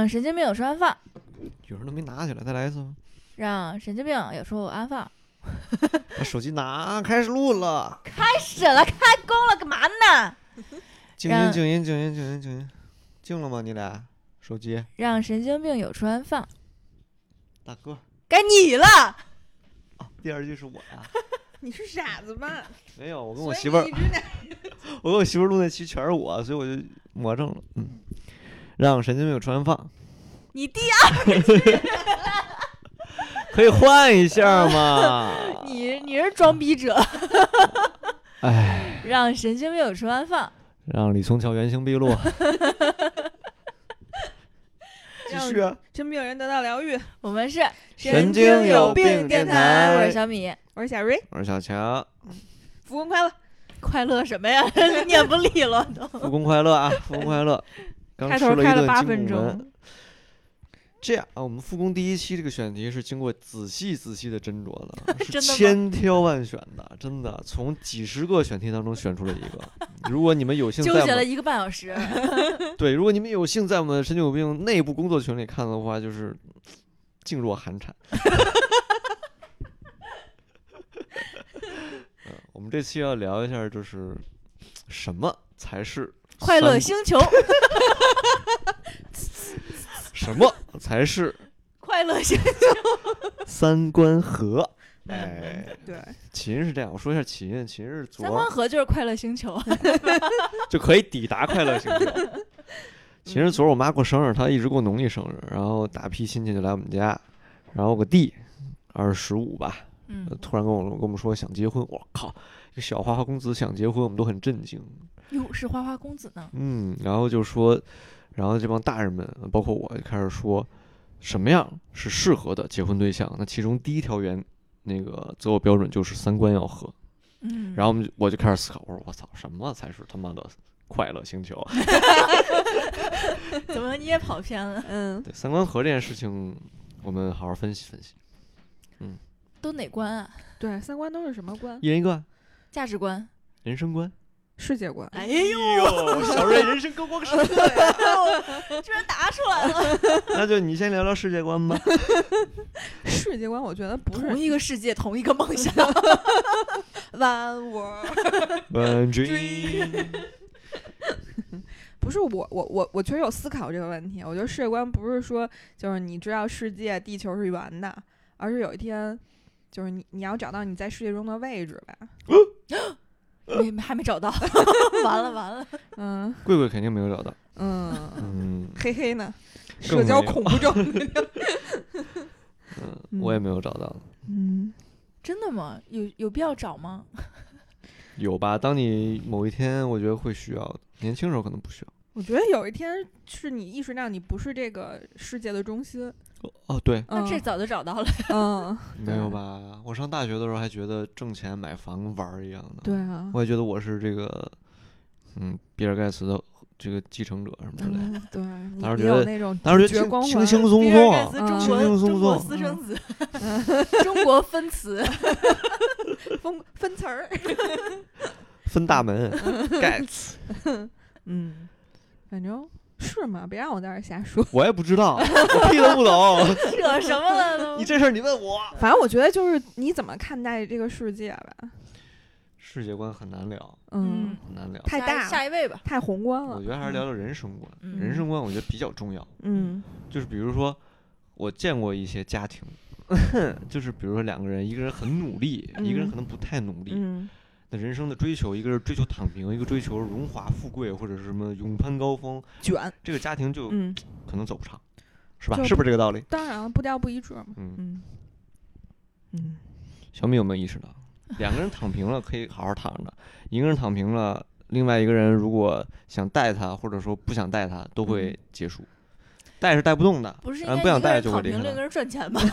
神经病有处安放。 有人都没拿起来，再来一次吗？ 让神经病有处安放。 把手机拿，开始录了。 开始了，开工了，干嘛呢？ 静音，静音，静音，静音，静音，静了吗？你俩手机？ 让神经病有处安放。 大哥， 该你了。 第二句是我呀。 你是傻子吧？ 没有，我跟我媳妇儿，我跟我媳妇儿录那期全是我，所以我就魔怔了。让神经病有处安放。 你第二句可以换一下吗？ 你是装逼者。 哎， 让神经病有处安放。 让李从桥原形毕露。继续啊！ 生病人得到疗愈。 我们是神经有病电台， 我是小米， 我是小瑞， 我是小强。 复工快乐！ 快乐什么呀？念不利了都。 复工快乐啊！复工快乐！刚吃了一顿8分钟。这样啊，我们复工第一期这个选题是经过仔细的斟酌的，是千挑万选的，真的从几十个选题当中选出了一个。如果你们有幸在纠结了1个半小时， 对，如果你们有幸在我们神经有病内部工作群里看的话，就是噤若寒蝉。我们这期要聊一下，就是什么才是快乐星球。 什么才是快乐星球？ 三观合。哎， 对， 起因是这样，我说一下起因。起因是三观合就是快乐星球， 就可以抵达快乐星球。其实昨儿我妈过生日，她一直过农历生日，然后大批亲戚就来我们家，然后我个弟25吧，突然跟我们说想结婚，我靠，一个小花花公子想结婚，我们都很震惊。 哟，是花花公子呢？ 然后就说，然后这帮大人们，包括我，就开始说什么样是适合的结婚对象。那其中第一条那个择偶标准就是三观要合。然后我就开始思考，我说我操，什么才是他妈的快乐星球？ 怎么你也跑偏了？ 对，三观合这件事情，我们好好分析分析。 都哪观啊？ 对，三观都是什么观？ 一人一观， 价值观、 人生观、 世界观。 哎呦， 小瑞人生高光时刻呀！ 居然答出来了。 那就你先聊聊世界观吧。 世界观，我觉得不是同一个世界，同一个梦想。 One world, One dream。 不是我确实有思考这个问题。我觉得世界观不是说就是你知道世界地球是圆的，而是有一天就是你要找到你在世界中的位置吧。 还没找到。完了。 贵贵肯定没有找到。 黑黑呢？社交恐怖症。 我也没有找到。 真的吗？有必要找吗？ 有吧，当你某一天我觉得会需要的，年轻时候可能不需要。 我觉得有一天是你意识到你不是这个世界的中心。 对， 那这早就找到了。 没有吧？我上大学的时候还觉得挣钱买房玩一样的。 对啊， 我也觉得我是这个比尔盖茨的这个继承者什么之类的。 对， 当时觉得那种当时觉得轻轻松松， 中国私生子，中国分词， 分词儿， 分大门，盖茨。 反正是吗？别让我在这儿瞎说。 我也不知道，我屁都不懂。 扯什么了都？ 你这事儿你问我。 反正我觉得就是你怎么看待这个世界吧。 世界观很难聊， 很难聊， 太大了， 下一位吧， 太宏观了。 我觉得还是聊聊人生观。人生观我觉得比较重要。就是比如说，我见过一些家庭，就是比如说两个人，一个人很努力，一个人可能不太努力。那人生的追求，一个是追求躺平，一个追求荣华富贵或者是什么勇攀高峰， 卷， 这个家庭就可能走不长，是吧？是不是这个道理？ 当然了，步调不一致嘛。 小米有没有意识到，两个人躺平了可以好好躺着，一个人躺平了，另外一个人如果想带他或者说不想带他，都会结束。带是带不动的， 不是不想带就会离开。 另一个人赚钱吗？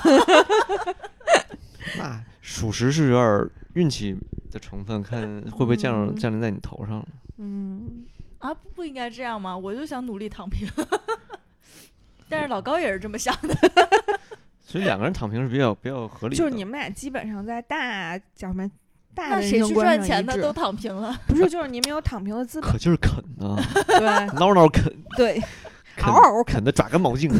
那属实是有点运气的成分，看会不会降临在你头上。 不应该这样吗？我就想努力躺平。但是老高也是这么想的。 所以两个人躺平是比较合理的。 就是你们俩基本上在叫什么大那谁去赚钱的都躺平了？ 不是，就是你们有躺平的资本， 可劲儿啃呢。 对， 挠啃。 对。 啃的爪根毛净。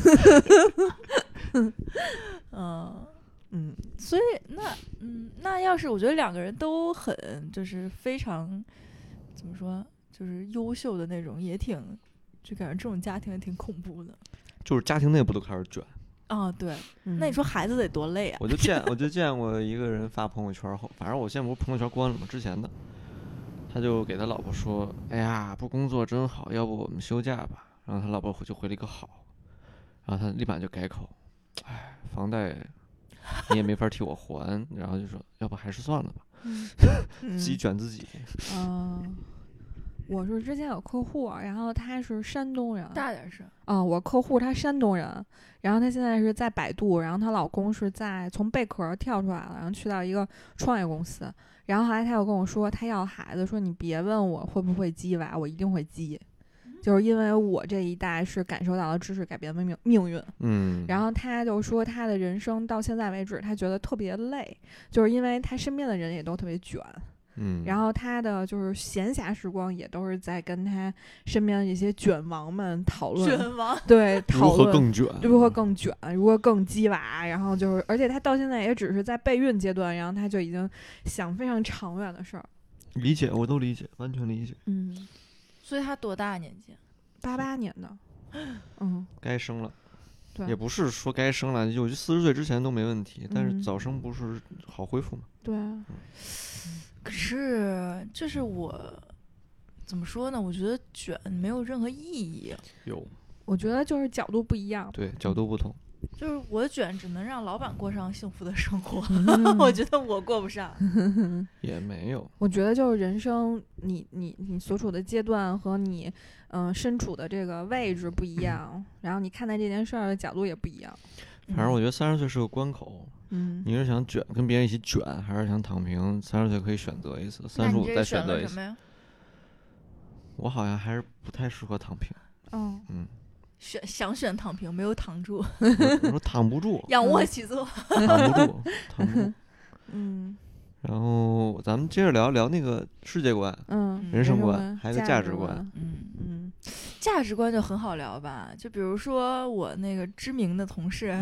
所以那要是我觉得两个人都很就是非常怎么说，就是优秀的那种，也挺就感觉这种家庭也挺恐怖的。 就是家庭内部都开始卷。 对，那你说孩子得多累啊？ 我就见过一个人发朋友圈后，反正我现在不是朋友圈关了吗？之前的，他就给他老婆说：“哎呀，不工作真好，要不我们休假吧？”然后他老婆就回了一个好，然后他立马就改口：“哎，房贷你也没法替我还。”然后就说：“要不还是算了吧。”自己卷自己。 我是之前有客户，然后他是山东人， 大点声。 我客户他山东人，然后他现在是在百度，然后她老公是从贝壳跳出来了，然后去到一个创业公司，然后后来他又跟我说他要孩子，说你别问我会不会鸡娃，我一定会鸡，就是因为我这一代是感受到了知识改变的命运。然后他就说他的人生到现在为止，他觉得特别累，就是因为他身边的人也都特别卷。然后他的就是闲暇时光也都是在跟他身边的一些卷王们讨论，对，讨论如何更卷， 如何更鸡娃，然后就是，而且他到现在也只是在备孕阶段，然后他就已经想非常长远的事儿。 理解，我都理解，完全理解。 所以他多大年纪 ？88年的。 该生了。 对， 也不是说该生了，就40岁之前都没问题，但是早生不是好恢复吗？ 对啊。 可是就是我怎么说呢？我觉得卷没有任何意义。 我觉得就是角度不一样。 对，角度不同。 就是我的卷只能让老板过上幸福的生活，我觉得我过不上。 也没有。 我觉得就是人生，你所处的阶段和你身处的这个位置不一样，然后你看待这件事儿的角度也不一样。 反正我觉得30岁是个关口。你是想卷跟别人一起卷，还是想躺平？30岁可以选择一次，35再选择一次。我好像还是不太适合躺平。 想选躺平，没有躺住。 我说躺不住， 仰卧起坐， 躺不住。然后咱们接着聊聊那个世界观，人生观，还有个价值观。 价值观就很好聊吧，就比如说我那个知名的同事，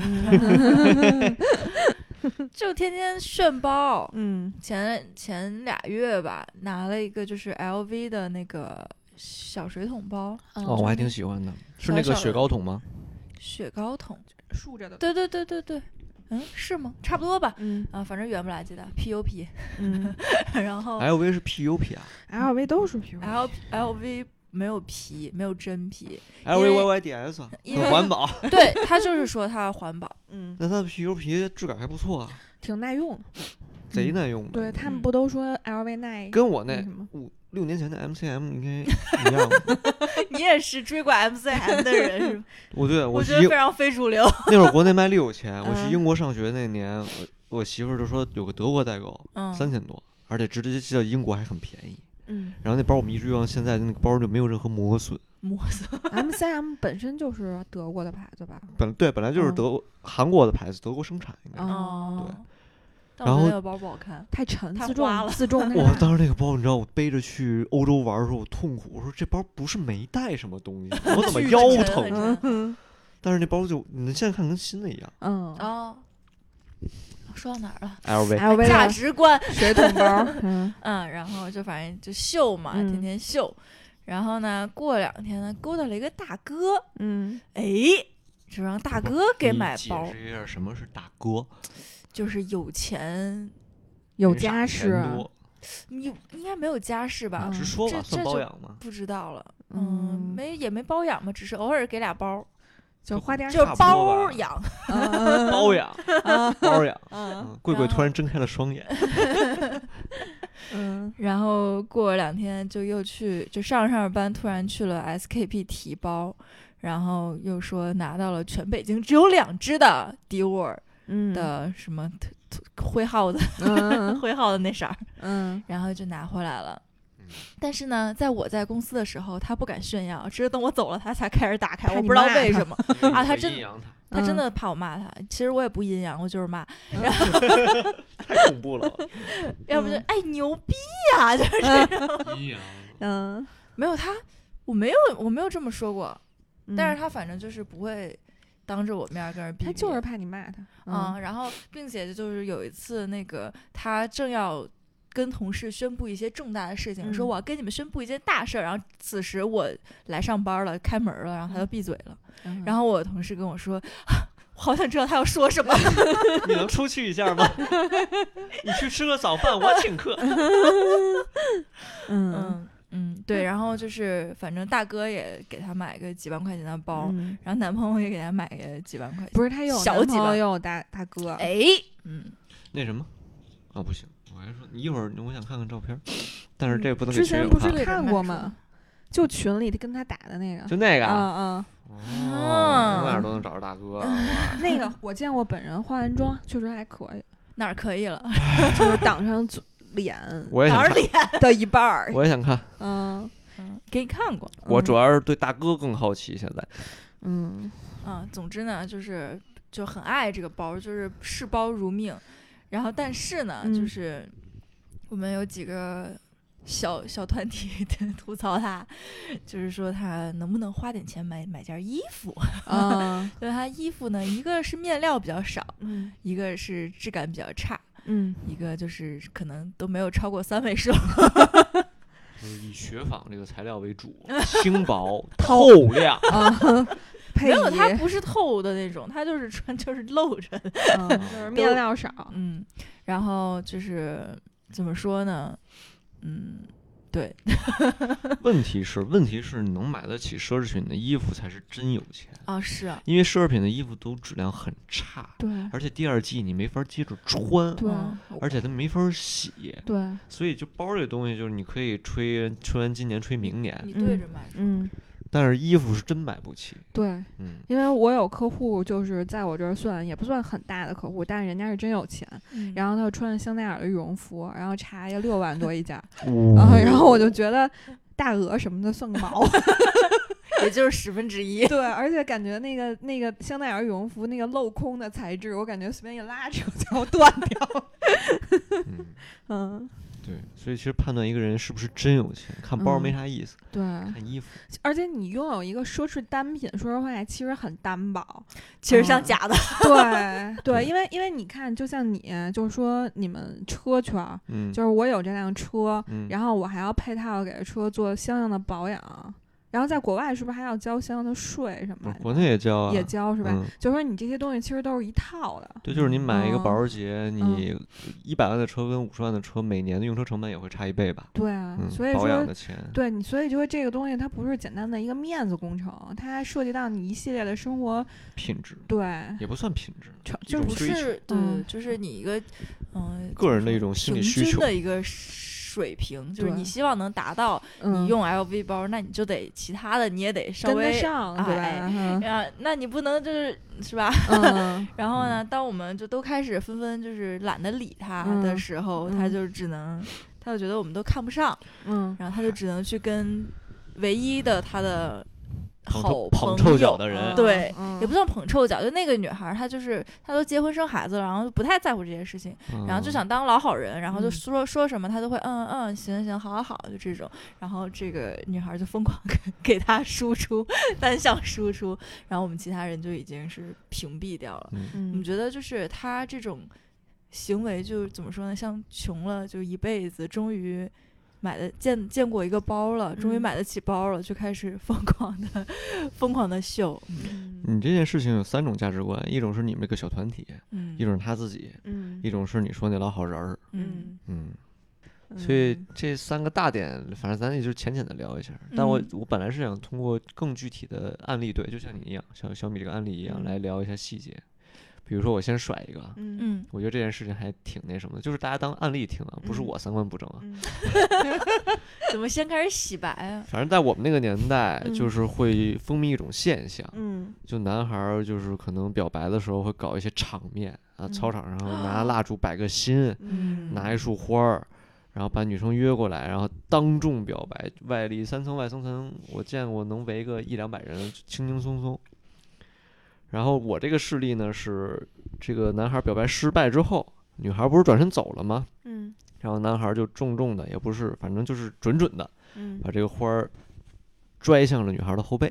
就天天炫包。前2月吧，拿了一个就是 LV 的那个小水桶包。 我还挺喜欢的，是那个雪糕桶吗？ 雪糕桶， 竖着的。 对。是吗？差不多吧。反正圆不拉几的 PUP。然后 LV 是 PUP 啊 ？LV 都是 PUP。LV 没有皮，没有真皮。 LVYYDS 很环保。 对，他就是说他环保。 那他的 PU 质感还不错啊， 挺耐用， 贼耐用。 对他们不都说 LV 耐？ 跟我那5-6年前的 MCM 应该一样。 你也是追过 MCM 的人是吗？ 我觉得非常非主流。 那会儿国内卖6有钱，我去英国上学那年，我媳妇儿就说有个德国代购，3000多，而且直接寄到英国还很便宜。然后那包我们一直用到现在，那个包就没有任何磨损。 MCM 本身就是德国的牌子吧？ 本来就是韩国的牌子，德国生产应该是。对。然后那个包不好看， 太沉， 太自重。 我当时那个包，你知道，我背着去欧洲玩的时候，我痛苦。我说这包不是没带什么东西，我怎么腰疼？但是那包你现在看跟新的一样。 说到哪儿了 ？LV 价值观， 水桶包。 然后就反正就秀嘛，天天秀。然后呢，过2天呢，勾搭了一个大哥。就让大哥给买包。 你解释一下什么是大哥？ 就是有钱有家室。 你应该没有家室吧？ 直说吧，算包养吗？ 不知道了。也没包养嘛，只是偶尔给俩包。 就花点， 就是包养， 包养，贵贵突然睁开了双眼。 然后过2天就又去，就上班，突然去了 SKP 提包，然后又说拿到了全北京只有2只的 Dior 的什么灰号的，灰号的那色儿，然后就拿回来了。但是呢，我在公司的时候，他不敢炫耀，只是等我走了，他才开始打开。我不知道为什么啊，他真的怕我骂他。其实我也不阴阳，我就是骂。然后太恐怖了， 要不就牛逼呀，就是这种。 阴阳。 没有他，我没有这么说过。 但是他反正就是不会当着我面跟人逼， 他就是怕你骂他。 然后并且就是有一次那个他正要跟同事宣布一些重大的事情，说我要跟你们宣布一件大事，然后此时我来上班了，开门了，然后他就闭嘴了。然后我同事跟我说，我好想知道他要说什么。 你能出去一下吗？你去吃个早饭，我请客。 对，然后就是反正大哥也给他买个几万块钱的包，然后男朋友也给他买个几万块钱， 不是他有小几万， 又有大哥， 那什么啊，不行，我还说你一会儿我想看看照片，但是这个不能给之前不是看过吗？就群里他跟他打的那个， 就那个哪儿都能找着大哥。 那个我见过本人，化完妆确实还可以。 哪儿可以了？ 就是挡上脸， 我也想看脸的一半儿。 我也想看。 给你看过。 我主要是对大哥更好奇，现在。 总之呢，就很爱这个包，就是视包如命。然后，但是呢，就是我们有几个小团体吐槽他，就是说他能不能花点钱买件衣服。就是他衣服呢，一个是面料比较少，一个是质感比较差，一个就是可能都没有超过3位数。 以雪纺这个材料为主，轻薄透亮。 没有，它不是透的那种，它就是就是露着的， 就是面料少。 然后就是怎么说呢？对。 问题是你能买得起奢侈品的衣服才是真有钱啊！是啊， 因为奢侈品的衣服都质量很差， 对， 而且第2季你没法接着穿， 对， 而且它没法洗， 对， 所以就包这东西就是你可以吹完今年吹明年， 你对着买， 但是衣服是真买不起。 对，因为我有客户，就是在我这儿也不算很大的客户，但是人家是真有钱。然后他穿香奈儿的羽绒服，然后差要6万多一件，然后我就觉得大鹅什么的算个毛， 也就是1/10。对， 而且感觉那个香奈儿羽绒服那个镂空的材质，我感觉随便一拉扯就要断掉。 对，所以其实判断一个人是不是真有钱，看包没啥意思， 对， 看衣服。 而且你拥有一个奢侈单品，说实话其实很单薄， 其实像假的。 对，因为你看，就像你，就是说你们车圈，就是我有这辆车，然后我还要配套给车做相应的保养。然后在国外是不是还要交相应的税什么的？ 国内也交啊， 也交是吧？就是说你这些东西其实都是一套的。 对，就是你买一个保时捷，你100万的车跟50万的车，每年的用车成本也会差1倍吧？ 对啊，所以说保养的钱， 对你，所以就说这个东西它不是简单的一个面子工程，它还涉及到你一系列的生活品质。 对， 也不算品质， 就不是就是你一个个人的一种心理需求的一个水平，就是你希望能达到你用 LV 包，那你就得其他的你也得稍微跟得上，对吧？ 那你不能是吧？然后呢，当我们就都开始纷纷就是懒得理他的时候，他就觉得我们都看不上，然后他就只能去跟唯一的他的好捧臭脚的人， 对，也不算捧臭脚，就那个女孩，她都结婚生孩子了，然后不太在乎这些事情，然后就想当老好人，然后就说什么她都会行，好，就这种，然后这个女孩就疯狂给她输出，单向输出，然后我们其他人就已经是屏蔽掉了。你觉得就是她这种行为就怎么说呢？像穷了就一辈子，终于见过一个包了，终于买得起包了，就开始疯狂的秀。 你这件事情有3种价值观，一种是你们这个小团体，一种是他自己，一种是你说那老好人儿。所以这3个大点，反正咱也就浅浅的聊一下。但我本来是想通过更具体的案例，对，就像你一样，像小米这个案例一样，来聊一下细节。比如说我先甩一个，我觉得这件事情还挺那什么的，就是大家当案例听啊，不是我3观不正啊。 怎么先开始洗白啊？ 反正在我们那个年代，就是会风靡一种现象，就男孩就是可能表白的时候会搞一些场面啊，操场上拿蜡烛摆个心，拿一束花儿，然后把女生约过来，然后当众表白，外里3层外3层，我见过能围个100-200人，轻轻松松。然后我这个事例呢是这个男孩表白失败之后，女孩不是转身走了吗？然后男孩就重重的，也不是，反正就是准的，把这个花儿拽向了女孩的后背，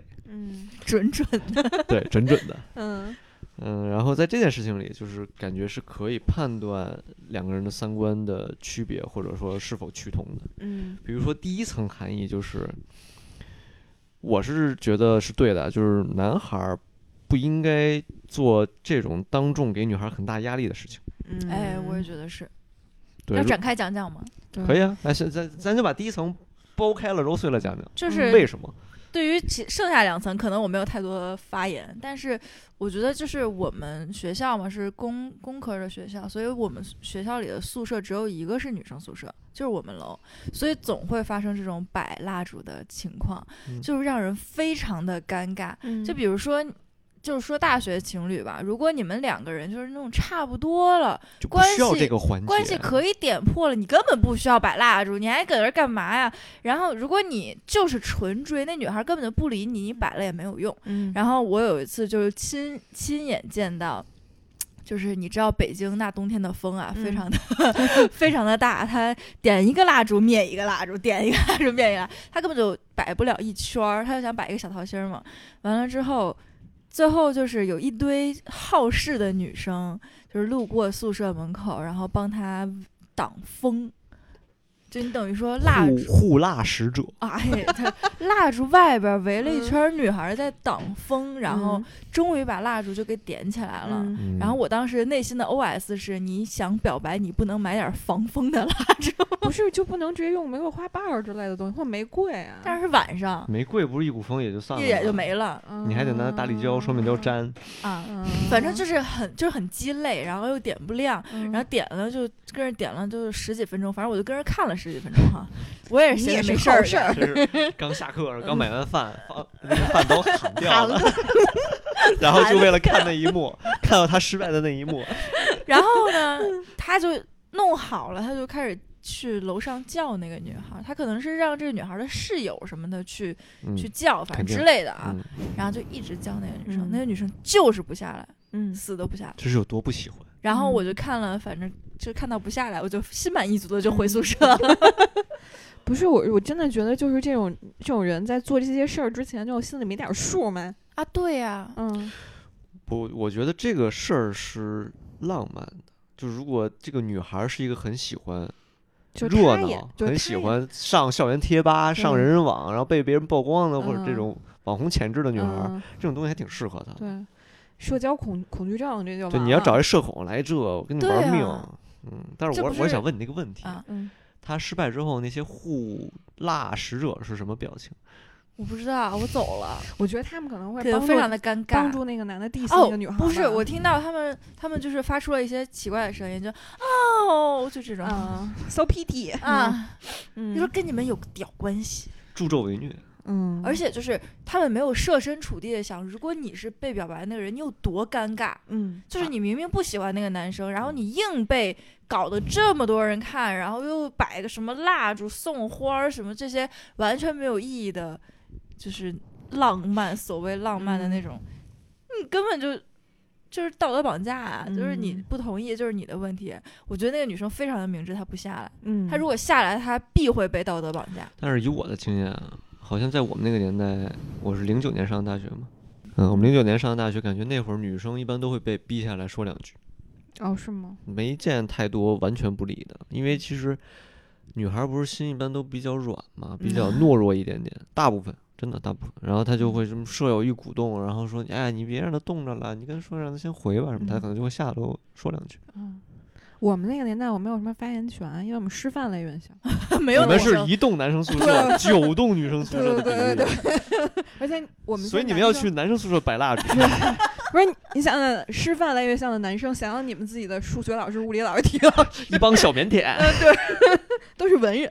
准的， 对，准的，然后在这件事情里，就是感觉是可以判断两个人的三观的区别，或者说是否趋同的。比如说第一层含义就是，我是觉得是对的，就是男孩不应该做这种当众给女孩很大压力的事情。 哎，我也觉得是。 对， 要展开讲讲吗？ 可以啊，哎，咱就把第一层剥开了揉碎了讲讲， 就是为什么。 对于剩下2层，可能我没有太多发言，但是我觉得就是我们学校嘛是工科的学校，所以我们学校里的宿舍只有一个是女生宿舍，就是我们楼，所以总会发生这种摆蜡烛的情况，就是让人非常的尴尬。就比如说。就是说大学情侣吧，如果你们2个人就是那种差不多了， 就不需要这个环节， 关系可以点破了，你根本不需要摆蜡烛，你还搁这干嘛呀？然后如果你就是纯追，那女孩根本就不理你，你摆了也没有用。然后我有一次就是亲眼见到。就是你知道北京那冬天的风啊，非常的非常的大，他点一个蜡烛灭一个蜡烛，点一个蜡烛灭一个蜡烛，他根本就摆不了一圈，他就想摆一个小桃心嘛。完了之后。最后就是有一堆好事的女生，就是路过宿舍门口，然后帮他挡风。就你等于说蜡烛护蜡使者， 哎，他蜡烛外边围了一圈女孩在挡风，然后终于把蜡烛就给点起来了。然后我当时内心的 OS 是：你想表白，你不能买点防风的蜡烛， 不是就不能直接用玫瑰花瓣之类的东西，或玫瑰啊？ 但是晚上玫瑰不是一股风也就算了， 也就没了。 你还得拿大力胶、双面胶粘啊，反正就是很鸡肋，然后又点不亮，然后点了就跟着点了就10几分钟，反正我就跟着看了10几分钟哈。我也是闲着没事儿， 就是刚下课，刚买完饭，那个饭都喊掉了，然后就为了看那一幕，看到他失败的那一幕， 然后呢，他就弄好了，他就开始去楼上叫那个女孩，他可能是让这个女孩的室友什么的去叫，反正之类的啊，然后就一直叫那个女生，那个女生就是不下来，死都不下来， 这是有多不喜欢。 然后我就看了，反正就看到不下来，我就心满意足的就回宿舍了。 不是我真的觉得就是这种人在做这些事儿之前就心里没点数吗？ 啊，对呀， 我觉得这个事儿是浪漫的，就如果这个女孩是一个很喜欢热闹，很喜欢上校园贴吧、上人人网，然后被别人曝光的，或者这种网红潜质的女孩，这种东西还挺适合她。 对，社交恐惧症这就对，你要找一社恐来我跟你玩命。但是我想问你那个问题。他失败之后，那些护蜡使者是什么表情？ 我不知道，我走了。 我觉得他们可能会非常的尴尬， 帮助那个男的 diss 那个女孩。 不是，我听到他们就是发出了一些奇怪的声音，就就这种 so pity 啊，就说跟你们有屌关系， 助纣为虐。 而且就是他们没有设身处地的想，如果你是被表白那个人，你有多尴尬。就是你明明不喜欢那个男生，然后你硬被搞得这么多人看，然后又摆个什么蜡烛、送花什么这些完全没有意义的，就是浪漫，所谓浪漫的那种，你根本就是道德绑架啊！就是你不同意就是你的问题。我觉得那个女生非常的明智，她不下来。她如果下来，她必会被道德绑架。 但是以我的经验啊，好像在我们那个年代，我是09年上大学嘛，我们09年上大学，感觉那会儿女生一般都会被逼下来说2句。 哦，是吗？ 没见太多完全不理的，因为其实女孩不是心一般都比较软嘛，比较懦弱一点点，大部分真的大部分，然后她就会什么舍友一鼓动，然后说，哎，你别让她冻着了，你跟她说让她先回吧什么，她可能就会下楼说2句。 我们那个年代我没有什么发言权，因为我们师范类院校， 没有。 我们是1栋男生宿舍，9栋女生宿舍的比例。而且我们所以你们要去男生宿舍摆蜡烛。 不是，你想想师范类院校的男生，想想你们自己的数学老师、物理老师、体育老师， 一帮小腼腆。 对，都是文人。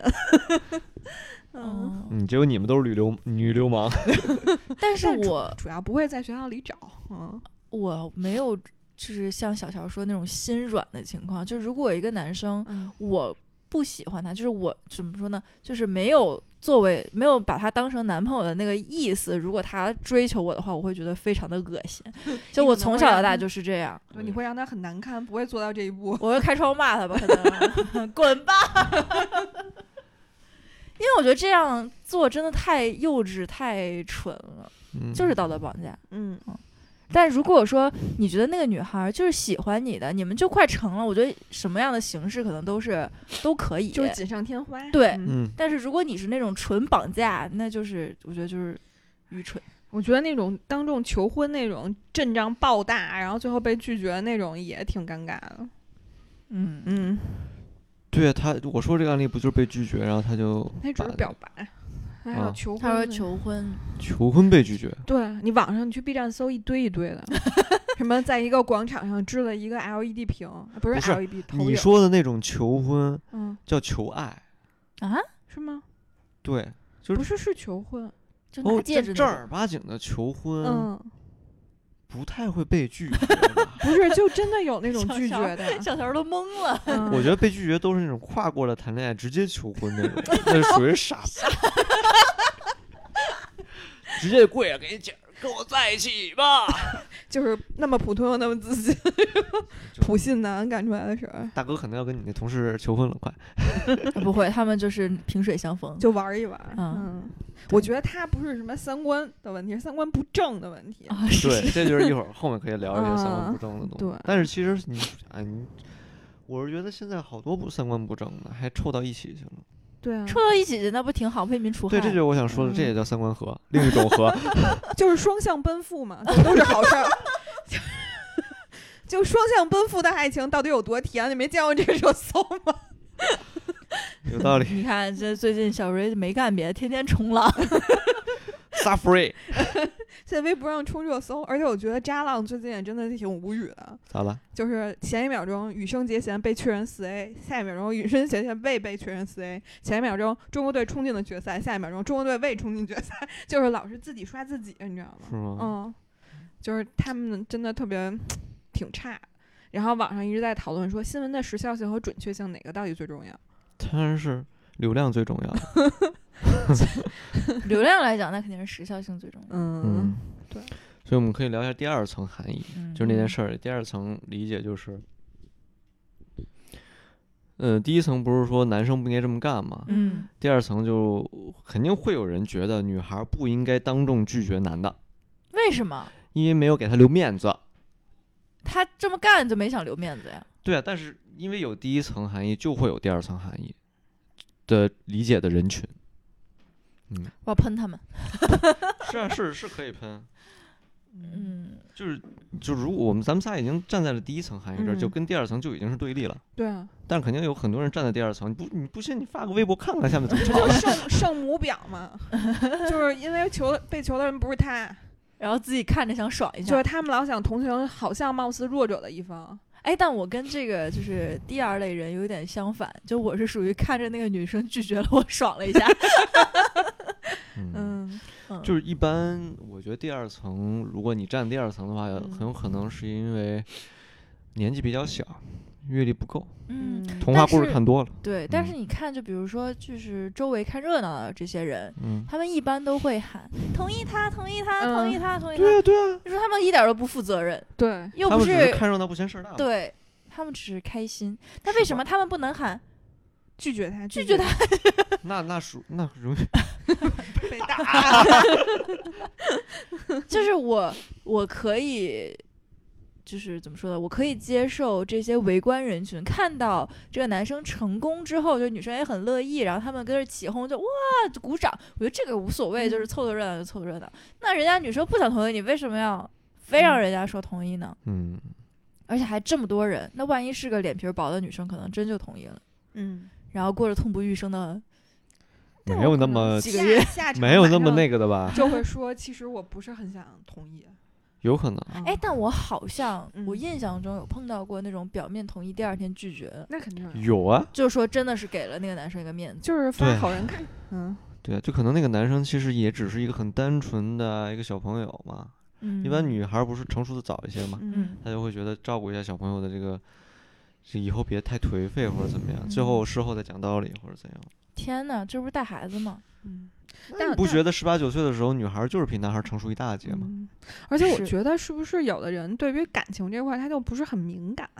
结果你们都是女流氓。 但是我主要不会在学校里找。 我没有。就是像小乔说那种心软的情况，就如果一个男生，我不喜欢他，就是我怎么说呢，就是没有把他当成男朋友的那个意思，如果他追求我的话，我会觉得非常的恶心。就我从小到大就是这样。 你会让他很难堪，不会做到这一步。 我会开窗骂他吧，可能滚吧。因为我觉得这样做真的太幼稚太蠢了。 就是道德绑架。但如果说你觉得那个女孩就是喜欢你的，你们就快成了，我觉得什么样的形式可能都可以， 就是锦上添花。 对，但是如果你是那种纯绑架，那就是我觉得就是愚蠢。 我觉得那种当众求婚那种阵仗爆大，然后最后被拒绝那种也挺尴尬的。 对啊，我说这个案例不就是被拒绝，然后他只是表白。还有求婚， 他说求婚被拒绝。 对，你网上去 B 站搜一堆一堆的，什么在一个广场上支了一个 LED 屏，不是 LED 投影。 你说的那种求婚，叫求爱啊？ 是吗？ 对，就是是求婚， 就拿戒指正儿八经的求婚，不太会被拒绝。 不是，就真的有那种拒绝的， 小条都懵了。 我觉得被拒绝都是那种跨过了谈恋爱直接求婚那种，那是属于傻逼。直接跪下给你讲，跟我在一起吧。 就是那么普通又那么自信，普信男干出来的事儿。 大哥可能要跟你那同事求婚了，快。 不会，他们就是萍水相逢， 就玩一玩。我觉得他不是什么三观的问题，是三观不正的问题。 对，这就是一会儿后面可以聊一些三观不正的东西。 对， 但是其实我是觉得现在好多三观不正的，还凑到一起去了。 对啊， 凑到一起去那不挺好，为民除害。 对，这就是我想说的，这也叫三观合，另一种合， 就是双向奔赴嘛，都是好事儿。就双向奔赴的爱情到底有多甜？你没见过这个热搜吗？ 有道理。 你看，这最近小瑞没干别的，天天冲浪。 Sufree。 现在微博上冲热搜，而且我觉得渣浪最近也真的挺无语的。 咋了？ 就是前一秒钟羽生结弦被确认4A， 下一秒钟羽生结弦未被确认4A， 前一秒钟中国队冲进了决赛，下一秒钟中国队未冲进决赛，就是老是自己刷自己，你知道吗？ 是吗？ 就是他们真的特别挺差。然后网上一直在讨论说，新闻的时效性和准确性哪个到底最重要？ 当然是流量最重要的。 流量来讲，那肯定是时效性最重要。 对。 所以我们可以聊一下第二层含义，就是那件事儿。第二层理解就是，第一层不是说男生不应该这么干吗？第二层就肯定会有人觉得女孩不应该当众拒绝男的。 为什么？ 因为没有给他留面子。 他这么干就没想留面子呀？ 对啊，但是因为有第一层含义，就会有第二层含义的理解的人群。 我要喷他们。 是啊，是可以喷。就如果咱们仨已经站在了第一层含义这儿，就跟第二层就已经是对立了。 对啊。 但肯定有很多人站在第二层，你不信你发个微博看看下面怎么吵。圣母婊嘛，就是因为被求的人不是他， 然后自己看着想爽一下， 就是他们老想同情好像貌似弱者的一方。 但我跟这个就是第二类人有点相反，就我是属于看着那个女生拒绝了，我爽了一下。 就是一般，我觉得第二层，如果你站第二层的话，很有可能是因为年纪比较小，阅历不够。童话故事看多了。 对，但是你看，就比如说，就是周围看热闹的这些人，他们一般都会喊同意他，同意他，同意他，同意他。 对啊，对啊。 就说他们一点都不负责任。 对， 又不是看热闹不嫌事儿大。 对，他们只是开心。那为什么他们不能喊拒绝他？ 拒绝他？ 那容易被打。 就是我可以。就是怎么说呢？我可以接受这些围观人群看到这个男生成功之后，就女生也很乐意，然后他们跟着起哄，就哇就鼓掌。我觉得这个无所谓，就是凑凑热闹就凑热闹。那人家女生不想同意，你为什么要非让人家说同意呢？而且还这么多人，那万一是个脸皮薄的女生，可能真就同意了。然后过着痛不欲生的， 没有那么几个月， 没有那么那个的吧？ 就会说，其实我不是很想同意。 有可能。 但我好像我印象中有碰到过那种表面同意第二天拒绝的。 那肯定有啊， 就是说真的是给了那个男生一个面子， 就是发好人看。 对，就可能那个男生其实也只是一个很单纯的一个小朋友嘛。一般女孩不是成熟的早一些嘛，她就会觉得照顾一下小朋友的这个以后别太颓废或者怎么样，最后事后再讲道理或者怎样。 天哪，这不是带孩子吗？ 但你不觉得18、19岁的时候，女孩就是比男孩成熟一大截吗？ 而且我觉得是不是有的人对于感情这块他就不是很敏感，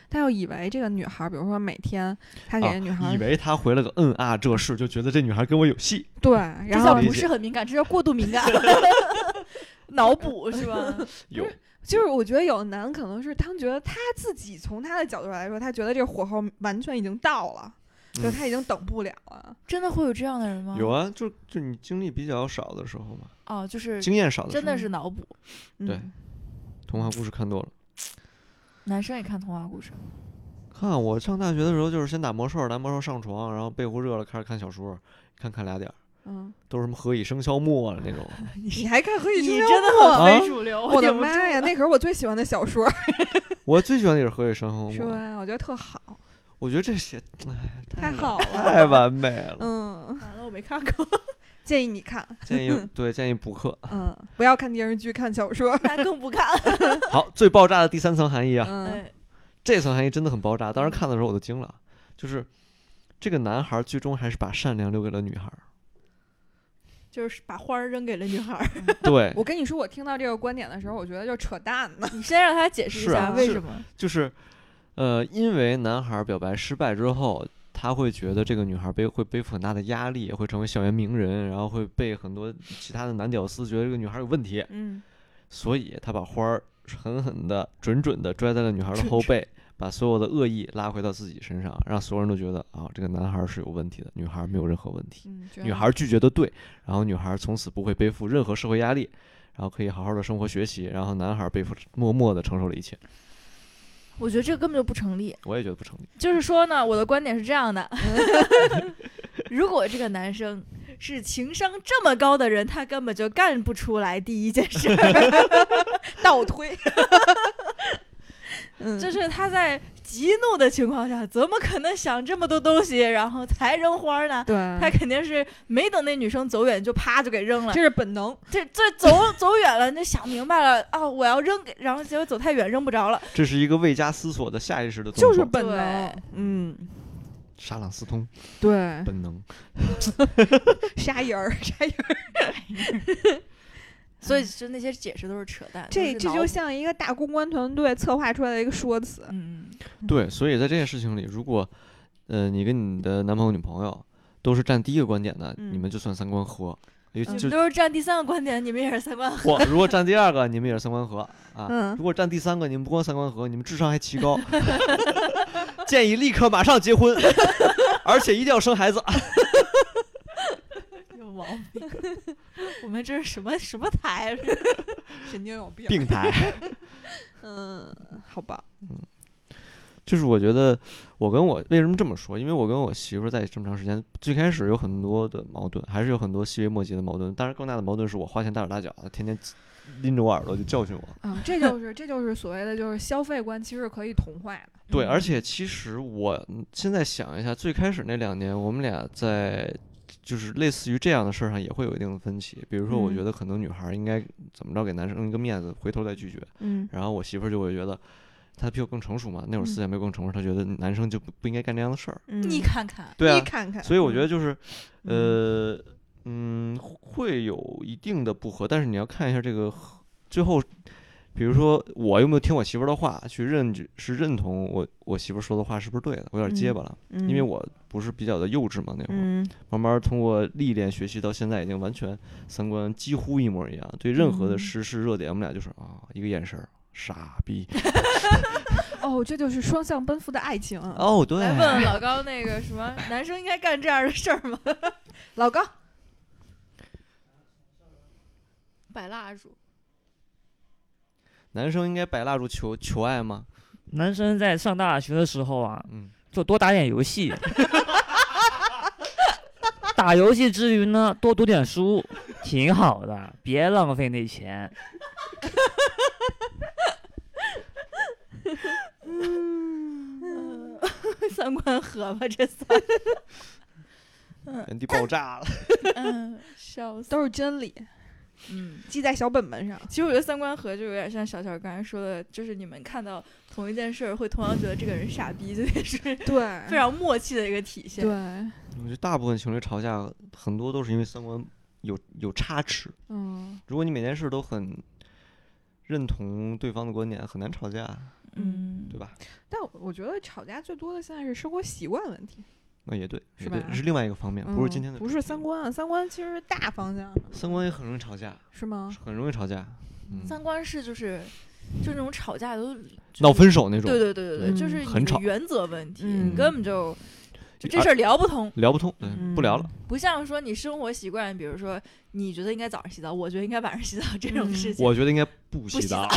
他又以为这个女孩，比如说每天他给女孩， 以为他回了个这事，就觉得这女孩跟我有戏。 对，然后不是很敏感，这叫过度敏感，脑补是吧？ 有。 就是我觉得有的男可能是他觉得他自己从他的角度来说，他觉得这个火候完全已经到了，就他已经等不了了。 真的会有这样的人吗？ 有啊，就你经历比较少的时候嘛。 哦，就是经验少的时候， 真的是脑补。 对，童话故事看多了。 男生也看童话故事？ 看我上大学的时候，就是先打魔兽，拿魔兽上床，然后被乎热了开始看小说，看俩点儿。都是什么何以笙箫默啊那种。 你还看何以笙箫默？ 你真的很非主流。 我的妈呀，那可是我最喜欢的小说。 我最喜欢的也是何以笙箫默。 是吧？我觉得特好。 我觉得这些太好了， 太完美了。 完了我没看过， 建议你看。 建议补课。 不要看电视剧，看小说。 那更不看。 好，最爆炸的第3层含义啊。 这层含义真的很爆炸。当时看的时候我都惊了，就是这个男孩最终还是把善良留给了女孩。 就是把花扔给了女孩。 对， 我跟你说，我听到这个观点的时候，我觉得就扯淡呢。 你先让他解释一下为什么？ 就是，因为男孩表白失败之后，他会觉得这个女孩会背负很大的压力，会成为校园名人，然后会被很多其他的男屌丝觉得这个女孩有问题。所以他把花儿狠狠的、准的拽在了女孩的后背。把所有的恶意拉回到自己身上，让所有人都觉得这个男孩是有问题的，女孩没有任何问题。女孩拒绝的对，然后女孩从此不会背负任何社会压力，然后可以好好的生活学习，然后男孩默默的承受了一切。 我觉得这个根本就不成立。 我也觉得不成立。 就是说呢，我的观点是这样的：如果这个男生是情商这么高的人，他根本就干不出来第一件事。 倒推。 就是他在极怒的情况下，怎么可能想这么多东西，然后才扔花呢？ 对， 他肯定是没等那女生走远，就啪就给扔了。 这是本能。 这走远了，就想明白了我要扔，然后结果走太远扔不着了。 这是一个未加思索的下意识的动作， 就是本能。 沙朗斯通。 对， 本能。 沙人儿。 所以就那些解释都是扯淡。 这就像一个大公关团队策划出来的一个说辞。 对，所以在这件事情里，如果你跟你的男朋友女朋友都是站第一个观点的，你们就算三观合。 你们都是站第3个观点，你们也是三观合。 如果站第2个，你们也是三观合啊。如果站第3个，你们不光三观合，你们智商还提高。建议立刻马上结婚，而且一定要生孩子。 有毛病。我们这是什么台？ 神经有病。 病台。 好吧。 就是我觉得我为什么这么说？因为我跟我媳妇在这么长时间，最开始有很多的矛盾，还是有很多细微末节的矛盾。当然，更大的矛盾是我花钱大手大脚的，天天拎着我耳朵就教训我。 这就是所谓的就是消费观，其实是可以同化的。 对，而且其实我现在想一下，最开始那2年，我们俩在就是类似于这样的事儿上也会有一定的分歧。比如说，我觉得可能女孩应该怎么着给男生一个面子，回头再拒绝。然后我媳妇就会觉得。他比我更成熟嘛，那会儿思想没有更成熟，他觉得男生就不应该干这样的事儿。 你看看， 对啊， 你看看。 所以我觉得就是，会有一定的不合，但是你要看一下这个最后，比如说我有没有听我媳妇的话去认同我媳妇说的话是不是对的，我有点结巴了，因为我不是比较的幼稚嘛，那会儿慢慢通过历练学习到现在已经完全三观几乎一模一样，对任何的时事热点我们俩就是一个眼神傻逼。 这就是双向奔赴的爱情。 对。 来问老高那个什么，男生应该干这样的事儿吗？ 老高， 摆蜡烛。 男生应该摆蜡烛求爱吗？ 男生在上大学的时候就多打点游戏。打游戏之余呢，多读点书，挺好的，别浪费那钱。 三观合吧，这仨。 原地爆炸了。 笑死。 都是真理。记在小本本上。 其实我觉得三观合就有点像小乔刚才说的，就是你们看到同一件事会同样觉得这个人傻逼，这也是对非常默契的一个体现。 对， 我觉得大部分情侣吵架很多都是因为三观有差池。如果你每件事都很认同对方的观点，很难吵架。 对吧？ 但我觉得吵架最多的现在是生活习惯问题。 也对， 是吧？ 是另外一个方面，不是今天的， 不是三观啊，三观其实是大方向。 三观也很容易吵架， 是吗？ 很容易吵架。 三观是就那种吵架都闹分手那种。 对，就是很吵， 原则问题，你根本就这事儿聊不通， 不聊了。 不像说你生活习惯，比如说你觉得应该早上洗澡，我觉得应该晚上洗澡这种事情。 我觉得应该不洗澡。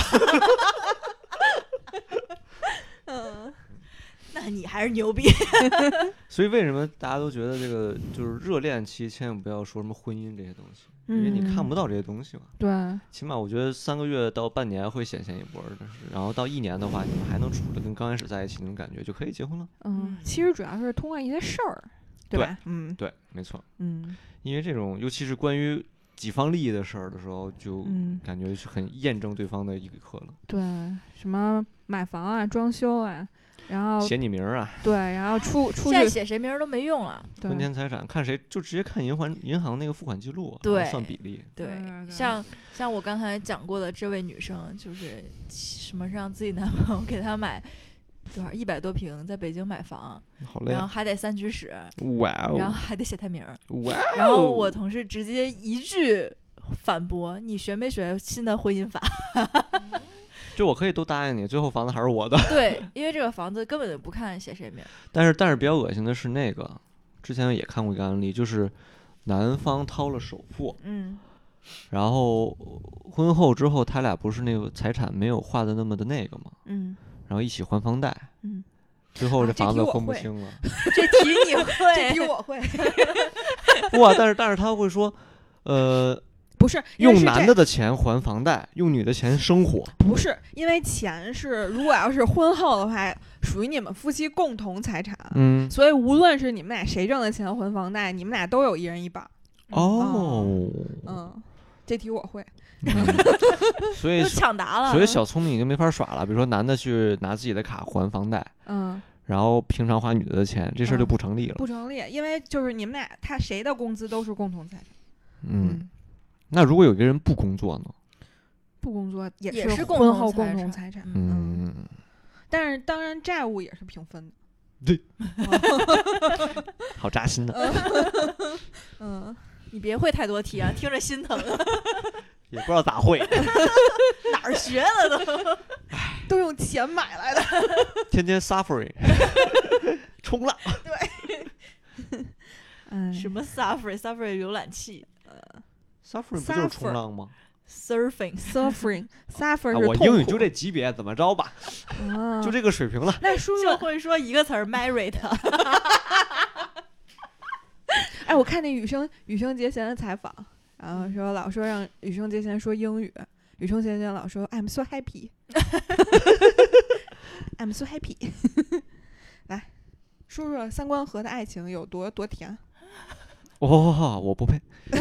那你还是牛逼。 所以为什么大家都觉得这个就是热恋期千万不要说什么婚姻这些东西，因为你看不到这些东西嘛。 对， 起码我觉得3个月到半年会显现一波的，然后到1年的话，你们还能处着跟刚开始在一起那种感觉，就可以结婚了。 其实主要是通过一些事儿，对吧？ 对，没错。 因为这种尤其是关于己方利益的事儿的时候，就感觉是很验证对方的一个课了。 对，什么买房啊、装修啊。然后写你名啊， 对，然后出现在写谁名都没用了， 婚前财产看谁就直接看银行那个付款记录， 对， 算比例。 对，像我刚才讲过的这位女生，就是什么让自己男朋友给她买多少100多平，在北京买房， 好累， 然后还得3居室， 哇哦， 然后还得写她名， 哇哦， 然后我同事直接一句反驳：“你学没学新的婚姻法？” 就我可以都答应你，最后房子还是我的。 对，因为这个房子根本就不看写谁名。 但是比较恶心的是那个，之前也看过一个案例，就是男方掏了首付，然后婚后之后他俩不是那个财产没有划的那么的那个嘛，然后一起还房贷，最后这房子分不清了。 这题你会？ 这题我会。 哇，但是他会说， 不是用男的钱还房贷，用女的钱生活。 不是，因为钱是如果要是婚后的话，属于你们夫妻共同财产。所以无论是你们俩谁挣的钱还房贷，你们俩都有1人1半。这题我会。 所以抢答了。 所以小聪明已经没法耍了。比如说男的去拿自己的卡还房贷，然后平常花女的钱，这事儿就不成立了。 不成立，因为就是你们俩他谁的工资都是共同财产。 那如果有一个人不工作呢？ 不工作也是婚后共同财产。但是当然债务也是平分的。 对。好扎心的。 你别会太多题啊，听着心疼。 也不知道咋会。 哪儿学的都用钱买来的。 天天 suffering。冲浪。 对。 什么 suffering 浏览器。 Suffering 不就是冲浪吗 ？Surfing 是我英语就这级别，怎么着吧？就这个水平了。 那叔叔就会说一个词儿 ，married。 哎，我看那羽生结弦的采访，然后老说让羽生结弦说英语，羽生结弦老说 I'm so happy，I'm so happy。来，说说三观合的爱情有多甜。 我不配。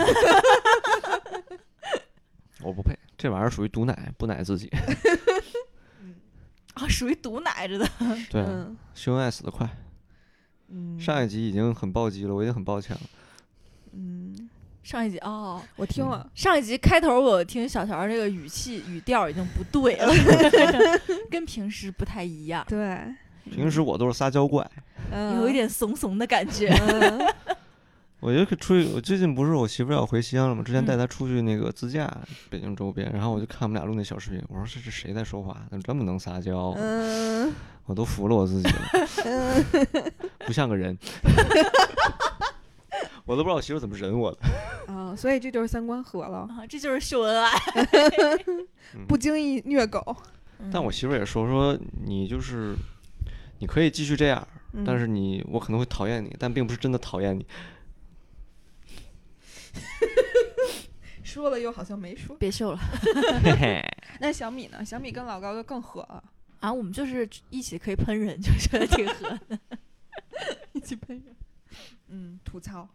我不配，这玩意儿属于毒奶，不奶自己。 属于毒奶着的。 对，秀恩爱死得快。上一集已经很暴击了，我已经很抱歉了。 上一集我听了。 上一集开头我听小乔这个语气语调已经不对了，跟平时不太一样。 对， 平时我都是撒娇怪， 有一点怂怂的感觉。 我觉得可出去，我最近不是我媳妇要回西安了吗？之前带她出去那个自驾北京周边，然后我就看我们俩录那小视频，我说这是谁在说话？怎么这么能撒娇？我都服了我自己了，不像个人。我都不知道我媳妇怎么忍我的。 所以这就是三观合了， 这就是秀恩爱。 不经意虐狗。 但我媳妇也说你就是你可以继续这样，但是我可能会讨厌你，但并不是真的讨厌你。 说了又好像没说， 别秀了。 那小米呢？小米跟老高就更合了啊！我们就是一起可以喷人，就觉得挺合的。 一起喷人，吐槽，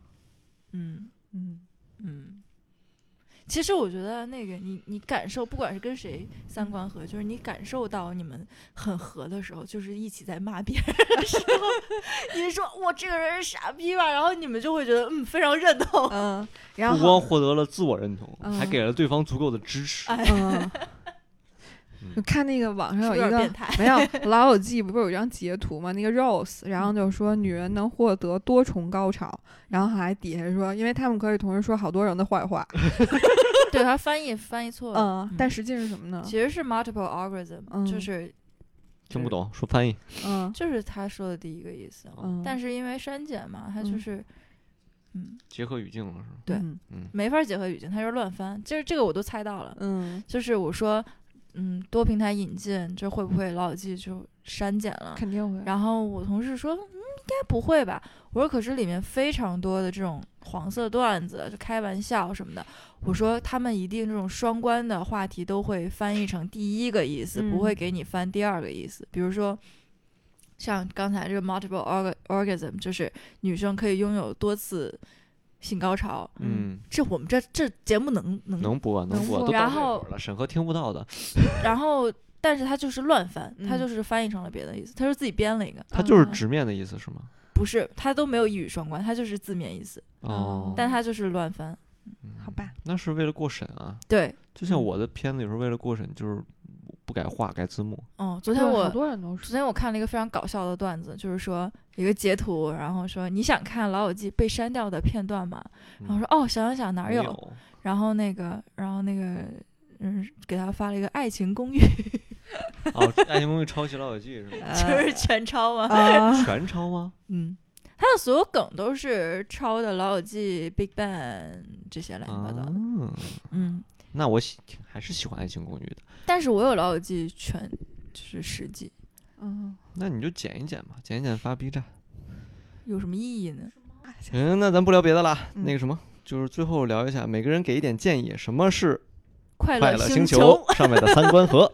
其实我觉得那个你感受，不管是跟谁三观合，就是你感受到你们很合的时候，就是一起在骂别人的时候，你说我这个人是傻逼吧，然后你们就会觉得非常认同， 然后不光获得了自我认同，还给了对方足够的支持。 就看那个网上有一个变态没有《老友记》不是有一张截图吗？那个 Rose， 然后就说女人能获得多重高潮，然后还底下说，因为他们可以同时说好多人的坏话。 对，他翻译错了。 但实际是什么呢？ 其实是 multiple orgasm，就是听不懂，说翻译。 就是他说的第一个意思。但是因为删减嘛，他就是结合语境了是吧？ 对，没法结合语境，他就是乱翻。就是这个我都猜到了。就是我说，多平台引进，这会不会老友记就删减了？ 肯定会。 然后我同事说，应该不会吧？我说可是里面非常多的这种黄色段子，就开玩笑什么的。我说他们一定这种双关的话题都会翻译成第一个意思，不会给你翻第二个意思。比如说像刚才这个 multiple orgasm， 就是女生可以拥有多次性高潮。这我们这节目能播，都然后了审核听不到的。 然后但是他就是乱翻，他就是翻译成了别的意思，他是自己编了一个。 他就是直面的意思是吗？ 不是，他都没有一语双关，他就是字面意思。但他就是乱翻。 好吧， 那是为了过审啊。 对， 就像我的片子有时候为了过审，就是不改话改字幕。 昨天好多人都是。 昨天我看了一个非常搞笑的段子，就是说一个截图，然后说你想看《老友记》被删掉的片段吗？然后说想哪有？然后那个给他发了一个《爱情公寓》。 《爱情公寓》抄袭《老友记》是吗？ 就是全抄吗？ 全抄吗？ 他的所有梗都是抄的《老友记》、Big Bang 这些乱七八糟的。 那我还是喜欢《爱情公寓》的。 但是我有《老友记》就是10季。 那你就剪一剪吧，剪一剪发 B 站， 有什么意义呢？ 那咱不聊别的了。那个什么，就是最后聊一下，每个人给一点建议，什么是快乐星球上面的三观盒？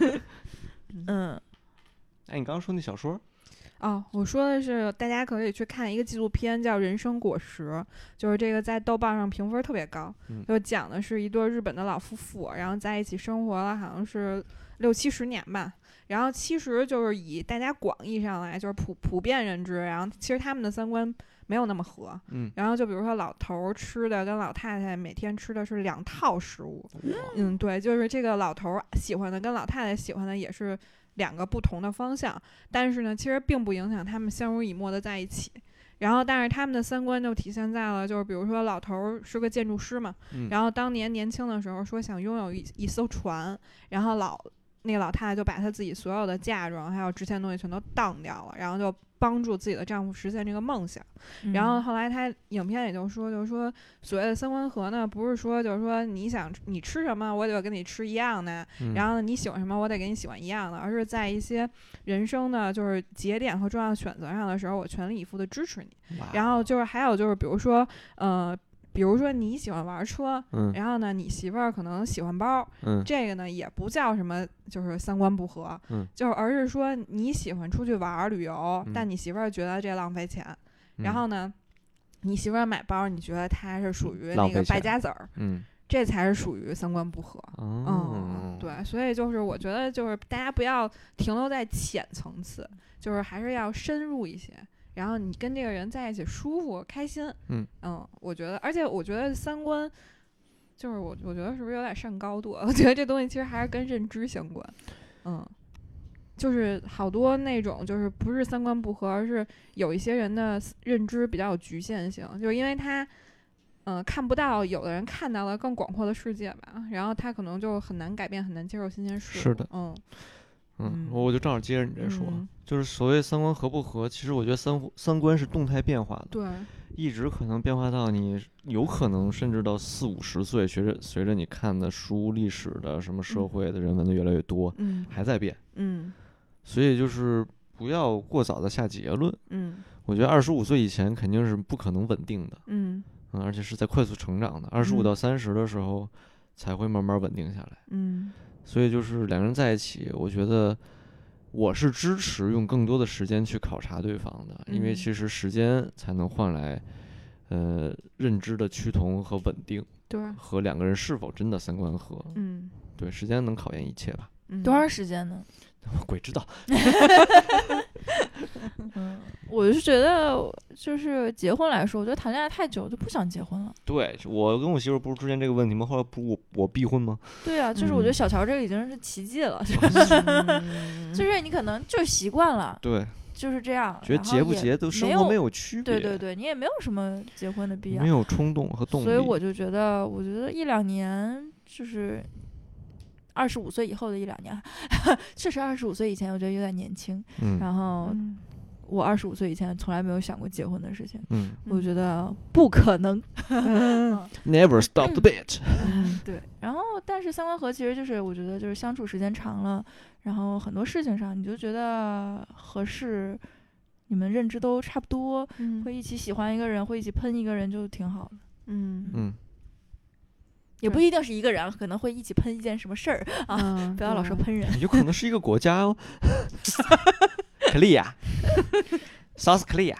你刚刚说那小说？ 我说的是大家可以去看一个纪录片叫《人生果实》，就是这个在豆瓣上评分特别高，就讲的是一对日本的老夫妇，然后在一起生活了好像是60-70年吧。然后其实就是以大家广义上来就是普遍认知，然后其实他们的三观没有那么合。然后就比如说老头吃的跟老太太每天吃的是2套食物。对，就是这个老头喜欢的跟老太太喜欢的也是2个不同的方向，但是呢其实并不影响他们相濡以沫的在一起。然后但是他们的三观就体现在了，就是比如说老头是个建筑师嘛，然后当年年轻的时候说想拥有一艘船，然后那个老太太就把她自己所有的嫁妆还有值钱东西全都当掉了，然后就帮助自己的丈夫实现这个梦想。然后后来她影片也就是说所谓的三观合呢，不是说就是说你吃什么我得跟你吃一样的，然后你喜欢什么我得跟你喜欢一样的，而是在一些人生的就是节点和重要选择上的时候，我全力以赴的支持你。然后就是还有就是比如说你喜欢玩车，然后呢你媳妇儿可能喜欢包，这个呢也不叫什么就是三观不合，就是而是说你喜欢出去玩旅游，但你媳妇儿觉得这浪费钱，然后呢你媳妇儿买包你觉得她是属于那个败家子儿，这才是属于三观不合。对，所以就是我觉得就是大家不要停留在浅层次，就是还是要深入一些。然后你跟这个人在一起舒服开心。我觉得，而且我觉得三观就是我觉得是不是有点上高度？我觉得这东西其实还是跟认知相关。就是好多那种就是不是三观不合，而是有一些人的认知比较有局限性，就是因为他看不到有的人看到了更广阔的世界吧，然后他可能就很难改变，很难接受新鲜事物。 是的。我就正好接着你这说，就是所谓三观合不合，其实我觉得三观是动态变化的。 对， 一直可能变化到你有可能甚至到40-50岁，随着你看的书、历史的什么社会的人文的越来越多，还在变。所以就是不要过早的下结论。我觉得25岁以前肯定是不可能稳定的。而且是在快速成长的。25到30的时候才会慢慢稳定下来。所以就是两个人在一起，我觉得我是支持用更多的时间去考察对方的，因为其实时间才能换来认知的趋同和稳定， 对， 和两个人是否真的三观合。对，时间能考验一切吧。 多长时间呢？ 鬼知道。 我是觉得，就是结婚来说，我觉得谈恋爱太久就不想结婚了。 对，我跟我媳妇不是之前这个问题吗？后来不是我逼婚吗？ 对啊，就是我觉得小乔这个已经是奇迹了，就是你可能就是习惯了， 对， 就是这样， 觉得结不结都生活没有区别。 对对对，你也没有什么结婚的必要， 没有冲动和动力。 所以我就觉得1-2年就是25岁以后的1-2年，确实25岁以前我觉得有点年轻，然后我25岁以前从来没有想过结婚的事情，我觉得不可能 ，Never stop the beat。 对，然后但是三观合其实就是我觉得就是相处时间长了，然后很多事情上你就觉得合适，你们认知都差不多，会一起喜欢一个人，会一起喷一个人，就挺好的。也不一定是一个人，可能会一起喷一件什么事儿啊，不要老说喷人， 有可能是一个国家哦。克利亚，South Korea。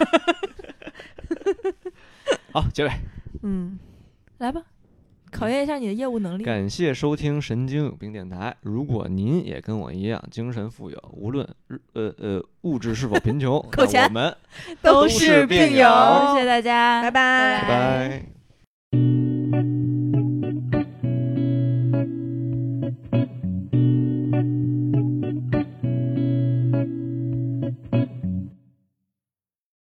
好，结尾。 来吧，考验一下你的业务能力。 感谢收听神经有病电台。如果您也跟我一样精神富有，无论物质是否贫穷， 扣钱， 我们都是病友。谢谢大家，拜拜， 拜拜。